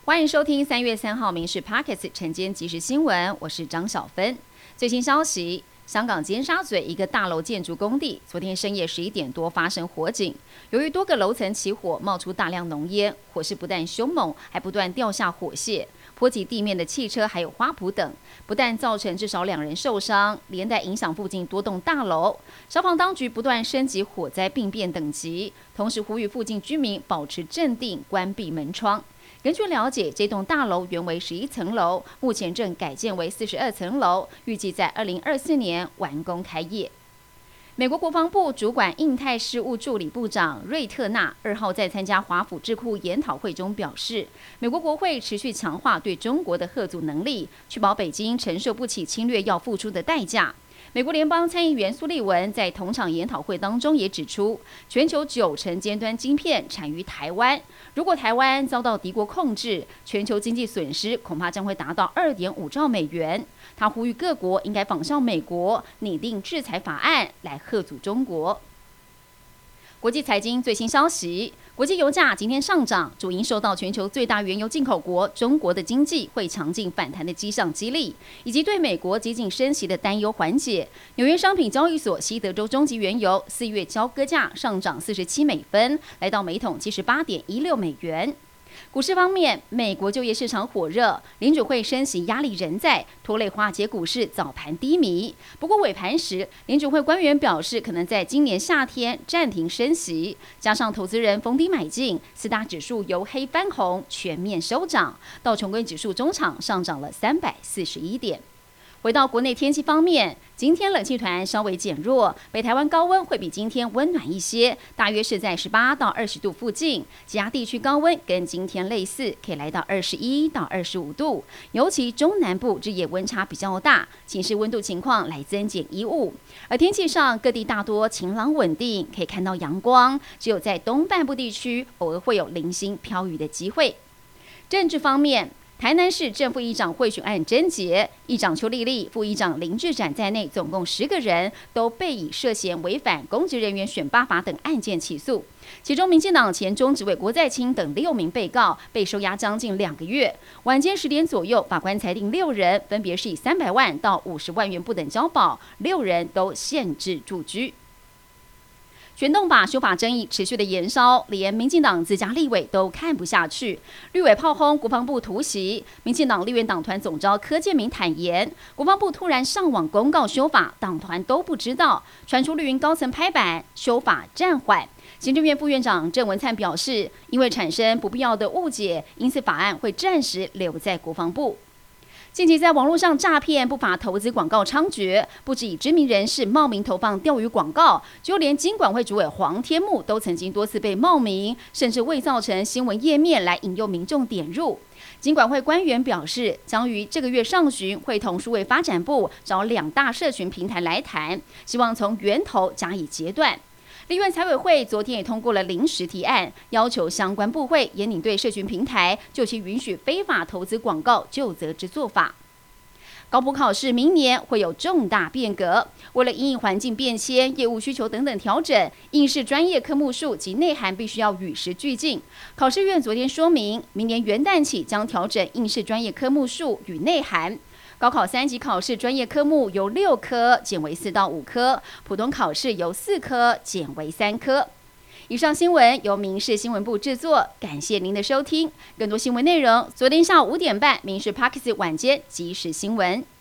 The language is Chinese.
欢迎收听3月3号民视 Podcast 晨间即时新闻，我是张小芬。最新消息，香港尖沙咀一个大楼建筑工地，昨天深夜11点多发生火警。由于多个楼层起火，冒出大量浓烟，火势不但凶猛，还不断掉下火屑，波及地面的汽车还有花圃等，不但造成至少2人受伤，连带影响附近多栋大楼。消防当局不断升级火灾病变等级，同时呼吁附近居民保持镇定，关闭门窗。根据了解，这栋大楼原为11层楼，目前正改建为42层楼，预计在2024年完工开业。美国国防部主管印太事务助理部长瑞特纳2号在参加华府智库研讨会中表示，美国国会持续强化对中国的嚇阻能力，确保北京承受不起侵略要付出的代价。美国联邦参议员苏利文在同场研讨会当中也指出，全球90%尖端晶片产于台湾，如果台湾遭到敌国控制，全球经济损失恐怕将会达到2.5兆美元。他呼吁各国应该仿效美国，拟定制裁法案来嚇阻中国。国际财经最新消息，国际油价今天上涨，主因受到全球最大原油进口国中国的经济会强劲反弹的迹象激励，以及对美国接近升息的担忧缓解。纽约商品交易所西德州中级原油4月交割价上涨47美分，来到每桶78.16美元。股市方面，美国就业市场火热，联准会升息压力仍在，拖累华尔街股市早盘低迷。不过尾盘时，联准会官员表示，可能在今年夏天暂停升息，加上投资人逢低买进，4大指数由黑翻红，全面收涨。道琼工业指数中场上涨了341点。回到国内天气方面，今天冷气团稍微减弱，北台湾高温会比今天温暖一些，大约是在18到20度附近。其他地区高温跟今天类似，可以来到21到25度，尤其中南部日夜温差比较大，请视温度情况来增减衣物。而天气上，各地大多晴朗稳定，可以看到阳光，只有在东半部地区偶尔会有零星飘雨的机会。政治方面，台南市正副议长贿选案侦结，议长邱丽丽、副议长林志展在内，总共10个人都被以涉嫌违反公职人员选罢法等案件起诉。其中，民进党前中执委郭在清等6名被告被收押将近2个月。晚间10点左右，法官裁定6人分别是以300万到50万元不等交保，6人都限制住居。全动法修法争议持续的延烧，连民进党自家立委都看不下去，绿委炮轰国防部突袭。民进党立院党团总召柯建铭坦言，国防部突然上网公告修法，党团都不知道，传出绿营高层拍板，修法暂缓。行政院副院长郑文灿表示，因为产生不必要的误解，因此法案会暂时留在国防部。近期在网络上诈骗不法投资广告猖獗，不止以知名人士冒名投放钓鱼广告，就连金管会主委黄天牧都曾经多次被冒名，甚至伪造成新闻页面来引诱民众点入。金管会官员表示，将于这个月上旬会同数位发展部找2大社群平台来谈，希望从源头加以截断。立院财委会昨天也通过了临时提案，要求相关部会严拟对社群平台就其允许非法投资广告究责之做法。高普考试明年会有重大变革，为了因应环境变迁、业务需求等等调整，应试专业科目数及内涵必须要与时俱进。考试院昨天说明，明年元旦起将调整应试专业科目数与内涵。高考3级考试专业科目由6科减为4到5科，普通考试由4科减为3科。以上新闻由民视新闻部制作，感谢您的收听。更多新闻内容，昨天下午5点半，民视 Podcast 晚间即时新闻。